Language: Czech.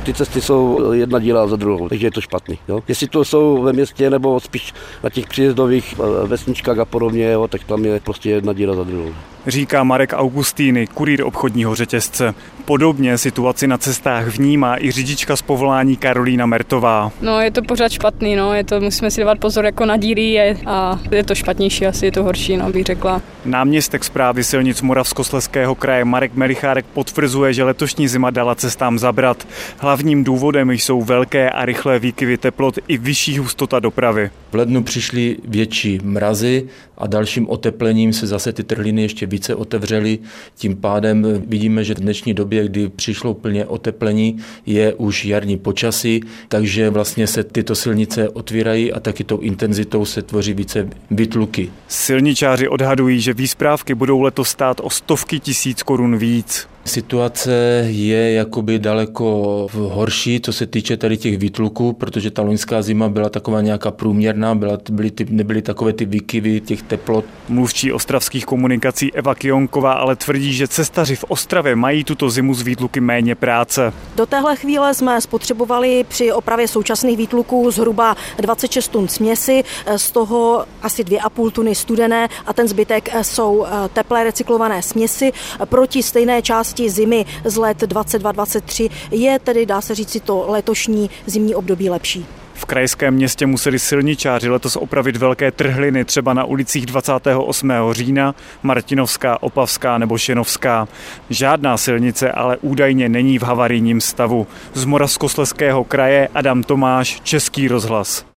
Ty cesty jsou jedna díra za druhou, takže je to špatný. Jo? Jestli to jsou ve městě nebo spíš na těch příjezdových vesničkách a podobně, jo, tak tam je prostě jedna díra za druhou. Říká Marek Augustýny, kurýr obchodního řetězce. Podobně situaci na cestách vnímá i řidička z povolání Karolína Mertová. No, je to pořád špatný, no, musíme si dávat pozor jako na díry a je to špatnější, asi je to horší, no, bych řekla. Náměstek správy silnic Moravskoslezského kraje Marek Melichárek potvrzuje, že letošní zima dala cestám zabrat. Hlavním důvodem jsou velké a rychlé výkyvy teplot i vyšší hustota dopravy. V lednu přišly větší mrazy a dalším oteplením se zase ty trhliny ještě více otevřely. Tím pádem vidíme, že v dnešní době, kdy přišlo plně oteplení, je už jarní počasí, takže vlastně se tyto silnice otvírají a taky tou intenzitou se tvoří více výtluky. Silničáři odhadují, že výsprávky budou letos stát o stovky tisíc korun víc. Situace je jakoby daleko horší, co se týče tady těch výtluků, protože ta loňská zima byla taková nějaká průměrná, nebyly takové ty výkyvy těch teplot. Mluvčí ostravských komunikací Eva Kionková ale tvrdí, že cestaři v Ostravě mají tuto zimu z výtluky méně práce. Do téhle chvíle jsme spotřebovali při opravě současných výtluků zhruba 26 tun směsi, z toho asi 2,5 tuny studené a ten zbytek jsou teplé recyklované směsi. Proti stejné části zimy z let 22-23 je tedy, dá se říci, to letošní zimní období lepší. V krajském městě museli silničáři letos opravit velké trhliny, třeba na ulicích 28. října, Martinovská, Opavská nebo Šenovská. Žádná silnice ale údajně není v havarijním stavu. Z Moravskoslezského kraje Adam Tomáš, Český rozhlas.